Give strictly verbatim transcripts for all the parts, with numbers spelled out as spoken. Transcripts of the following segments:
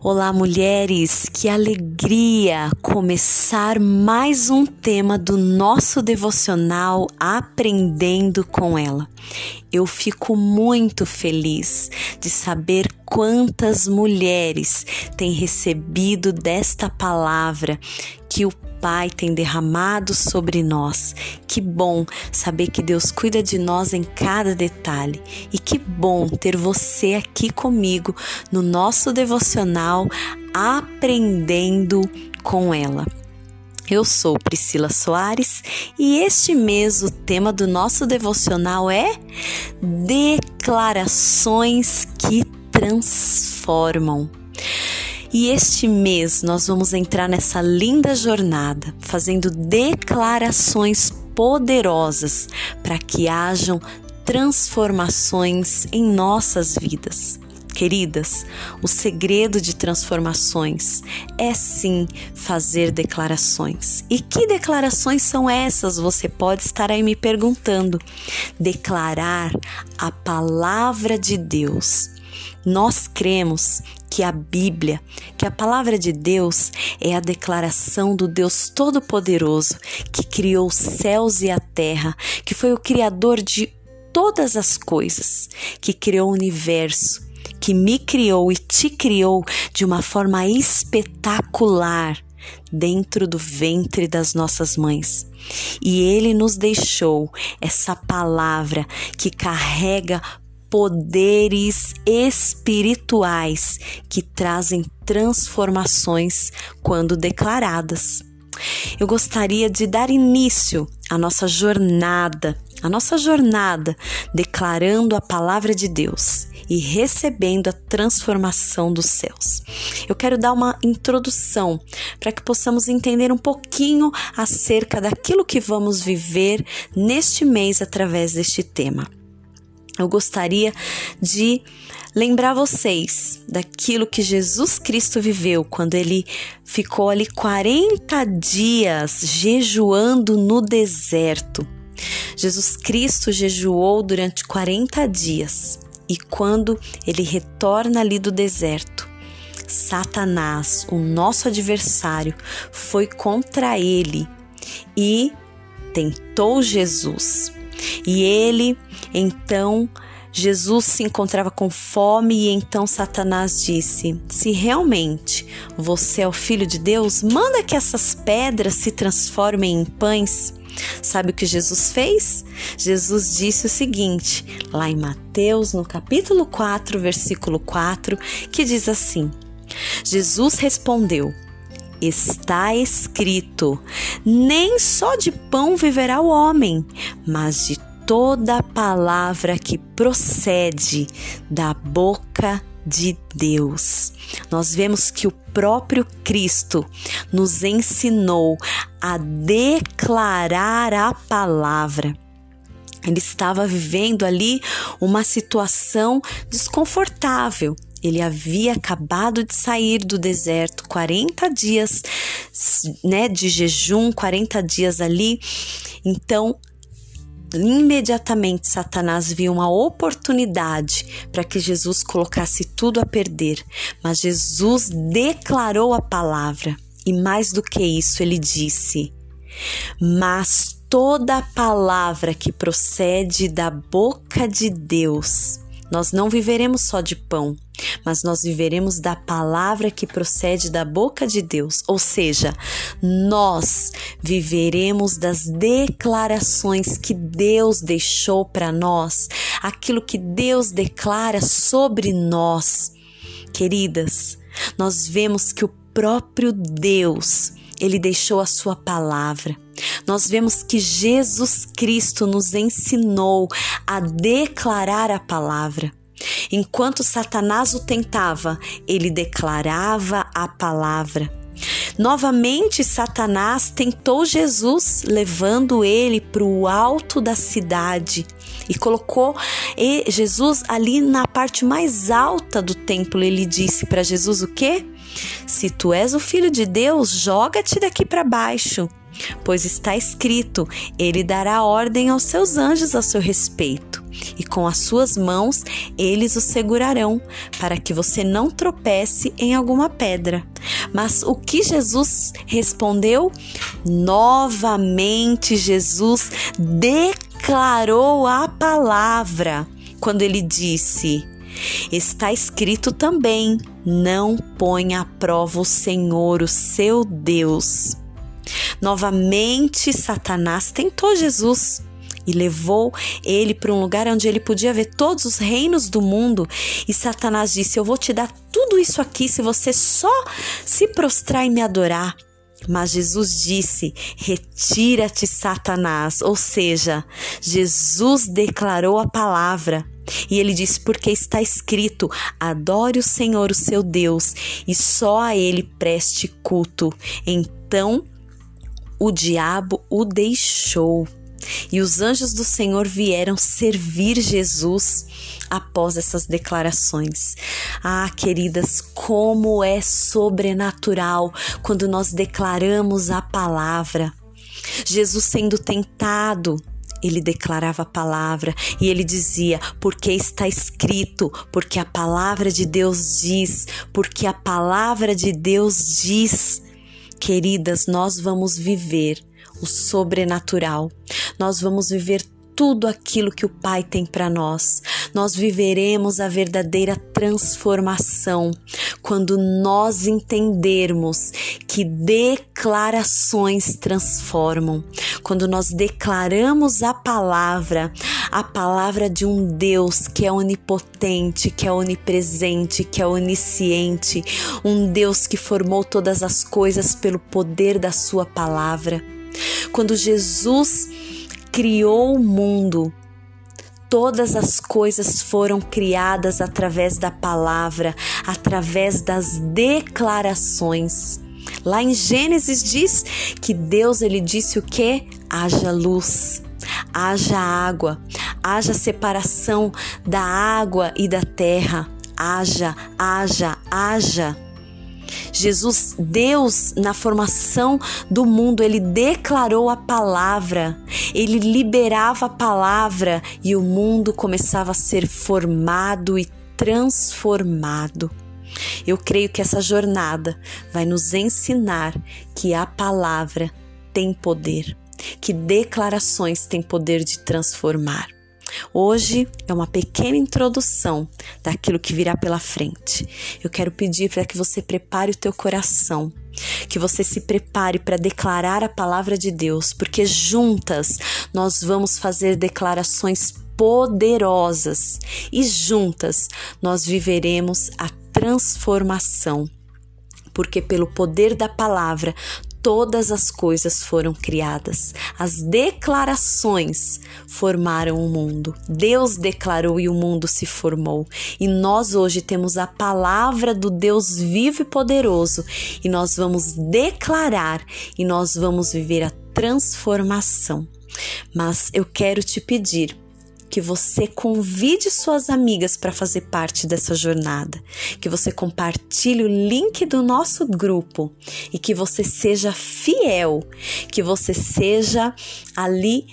Olá, mulheres! Que alegria começar mais um tema do nosso devocional Aprendendo com Ela. Eu fico muito feliz de saber quantas mulheres têm recebido desta palavra que o Pai tem derramado sobre nós. Que bom saber que Deus cuida de nós em cada detalhe. E que bom ter você aqui comigo no nosso devocional Aprendendo com Ela. Eu sou Priscila Soares e este mês o tema do nosso devocional é Declarações que Transformam. E este mês nós vamos entrar nessa linda jornada, fazendo declarações poderosas para que hajam transformações em nossas vidas. Queridas, o segredo de transformações é sim fazer declarações. E que declarações são essas? Você pode estar aí me perguntando. Declarar a palavra de Deus. Nós cremos que a Bíblia, que a palavra de Deus é a declaração do Deus Todo-Poderoso que criou os céus e a terra, que foi o Criador de todas as coisas, que criou o universo, que me criou e te criou de uma forma espetacular dentro do ventre das nossas mães. E Ele nos deixou essa palavra que carrega poderes espirituais que trazem transformações quando declaradas. Eu gostaria de dar início à nossa jornada, a nossa jornada declarando a palavra de Deus e recebendo a transformação dos céus. Eu quero dar uma introdução para que possamos entender um pouquinho acerca daquilo que vamos viver neste mês através deste tema. Eu gostaria de lembrar vocês daquilo que Jesus Cristo viveu quando Ele ficou ali quarenta dias jejuando no deserto. Jesus Cristo jejuou durante quarenta dias e quando Ele retorna ali do deserto, Satanás, o nosso adversário, foi contra Ele e tentou Jesus. E ele, então, Jesus se encontrava com fome e então Satanás disse: se realmente você é o Filho de Deus, manda que essas pedras se transformem em pães. Sabe o que Jesus fez? Jesus disse o seguinte, lá em Mateus, no capítulo quatro, versículo quatro, que diz assim: Jesus respondeu: está escrito, nem só de pão viverá o homem, mas de toda palavra que procede da boca de Deus. Nós vemos que o próprio Cristo nos ensinou a declarar a palavra. Ele estava vivendo ali uma situação desconfortável. Ele havia acabado de sair do deserto, quarenta dias, né, de jejum, quarenta dias ali. Então, imediatamente Satanás viu uma oportunidade para que Jesus colocasse tudo a perder. Mas Jesus declarou a palavra e mais do que isso, ele disse: mas toda palavra que procede da boca de Deus, nós não viveremos só de pão, mas nós viveremos da palavra que procede da boca de Deus. Ou seja, nós viveremos das declarações que Deus deixou para nós, aquilo que Deus declara sobre nós. Queridas, nós vemos que o próprio Deus, Ele deixou a sua palavra. Nós vemos que Jesus Cristo nos ensinou a declarar a palavra. Enquanto Satanás o tentava, ele declarava a palavra. Novamente, Satanás tentou Jesus, levando ele para o alto da cidade e colocou Jesus ali na parte mais alta do templo. Ele disse para Jesus o quê? Se tu és o Filho de Deus, joga-te daqui para baixo, pois está escrito, ele dará ordem aos seus anjos a seu respeito e com as suas mãos eles o segurarão, para que você não tropece em alguma pedra. Mas o que Jesus respondeu? Novamente Jesus declarou a palavra, quando ele disse: está escrito também, não ponha à prova o Senhor, o seu Deus. Novamente, Satanás tentou Jesus e levou ele para um lugar onde ele podia ver todos os reinos do mundo. E Satanás disse: eu vou te dar tudo isso aqui se você só se prostrar e me adorar. Mas Jesus disse: retira-te, Satanás. Ou seja, Jesus declarou a palavra. E ele disse: porque está escrito, adore o Senhor, o seu Deus, e só a ele preste culto. Então o diabo o deixou. E os anjos do Senhor vieram servir Jesus após essas declarações. Ah, queridas, como é sobrenatural quando nós declaramos a palavra. Jesus sendo tentado, ele declarava a palavra e ele dizia: porque está escrito, porque a palavra de Deus diz, porque a palavra de Deus diz. Queridas, nós vamos viver o sobrenatural. Nós vamos viver tudo aquilo que o Pai tem para nós. Nós viveremos a verdadeira transformação quando nós entendermos que declarações transformam. Quando nós declaramos a palavra, a palavra de um Deus que é onipotente, que é onipresente, que é onisciente, um Deus que formou todas as coisas pelo poder da sua palavra. Quando Jesus criou o mundo, todas as coisas foram criadas através da palavra, através das declarações. Lá em Gênesis diz que Deus, ele disse o quê? Haja luz, haja água, haja separação da água e da terra, haja, haja, haja. Jesus, Deus, na formação do mundo, ele declarou a palavra, ele liberava a palavra e o mundo começava a ser formado e transformado. Eu creio que essa jornada vai nos ensinar que a palavra tem poder, que declarações têm poder de transformar. Hoje é uma pequena introdução daquilo que virá pela frente. Eu quero pedir para que você prepare o teu coração, que você se prepare para declarar a palavra de Deus, porque juntas nós vamos fazer declarações poderosas e juntas nós viveremos a transformação, porque pelo poder da palavra todas as coisas foram criadas. As declarações formaram o mundo. Deus declarou e o mundo se formou. E nós hoje temos a palavra do Deus vivo e poderoso. E nós vamos declarar e nós vamos viver a transformação. Mas eu quero te pedir que você convide suas amigas para fazer parte dessa jornada, que você compartilhe o link do nosso grupo e que você seja fiel, que você seja ali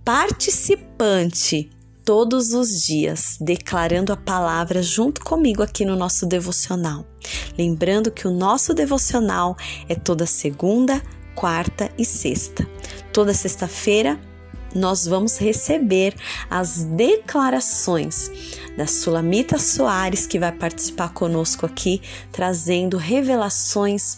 participante todos os dias, declarando a palavra junto comigo aqui no nosso devocional. Lembrando que o nosso devocional é toda segunda, quarta e sexta. Toda sexta-feira nós vamos receber as declarações da Sulamita Soares, que vai participar conosco aqui, trazendo revelações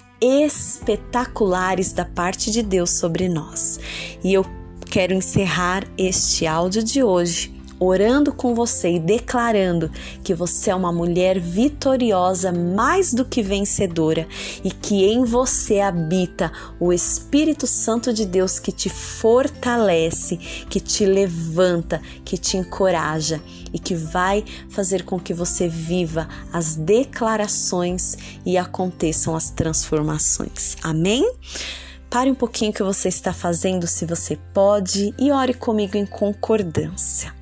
espetaculares da parte de Deus sobre nós. E eu quero encerrar este áudio de hoje orando com você e declarando que você é uma mulher vitoriosa, mais do que vencedora, e que em você habita o Espírito Santo de Deus, que te fortalece, que te levanta, que te encoraja e que vai fazer com que você viva as declarações e aconteçam as transformações. Amém? Pare um pouquinho o que você está fazendo, se você pode, e ore comigo em concordância.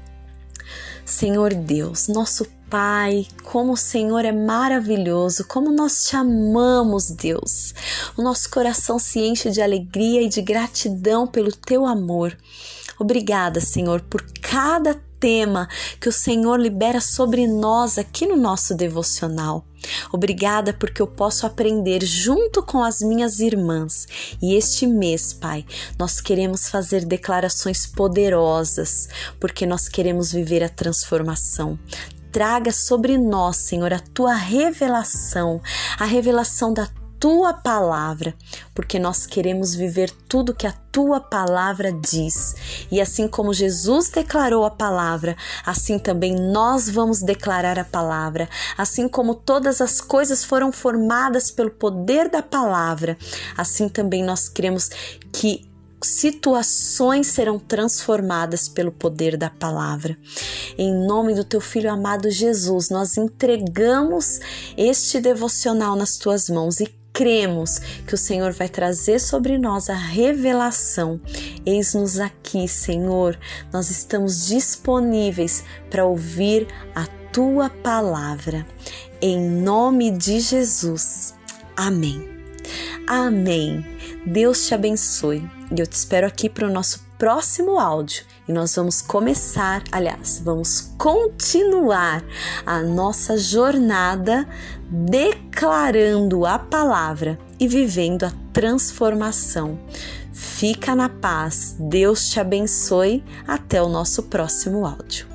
Senhor Deus, nosso Pai, como o Senhor é maravilhoso, como nós te amamos, Deus. O nosso coração se enche de alegria e de gratidão pelo teu amor. Obrigada, Senhor, por cada tema que o Senhor libera sobre nós aqui no nosso devocional. Obrigada porque eu posso aprender junto com as minhas irmãs. E este mês, Pai, nós queremos fazer declarações poderosas, porque nós queremos viver a transformação. Traga sobre nós, Senhor, a Tua revelação, a revelação da Tua palavra, porque nós queremos viver tudo que a Tua palavra diz. E assim como Jesus declarou a palavra, assim também nós vamos declarar a palavra. Assim como todas as coisas foram formadas pelo poder da palavra, assim também nós queremos que situações serão transformadas pelo poder da palavra. Em nome do Teu Filho amado Jesus, nós entregamos este devocional nas Tuas mãos e cremos que o Senhor vai trazer sobre nós a revelação. Eis-nos aqui, Senhor, nós estamos disponíveis para ouvir a Tua palavra. Em nome de Jesus. Amém. Amém. Deus te abençoe. E eu te espero aqui para o nosso próximo áudio. E nós vamos começar, aliás, vamos continuar a nossa jornada declarando a palavra e vivendo a transformação. Fica na paz. Deus te abençoe. Até o nosso próximo áudio.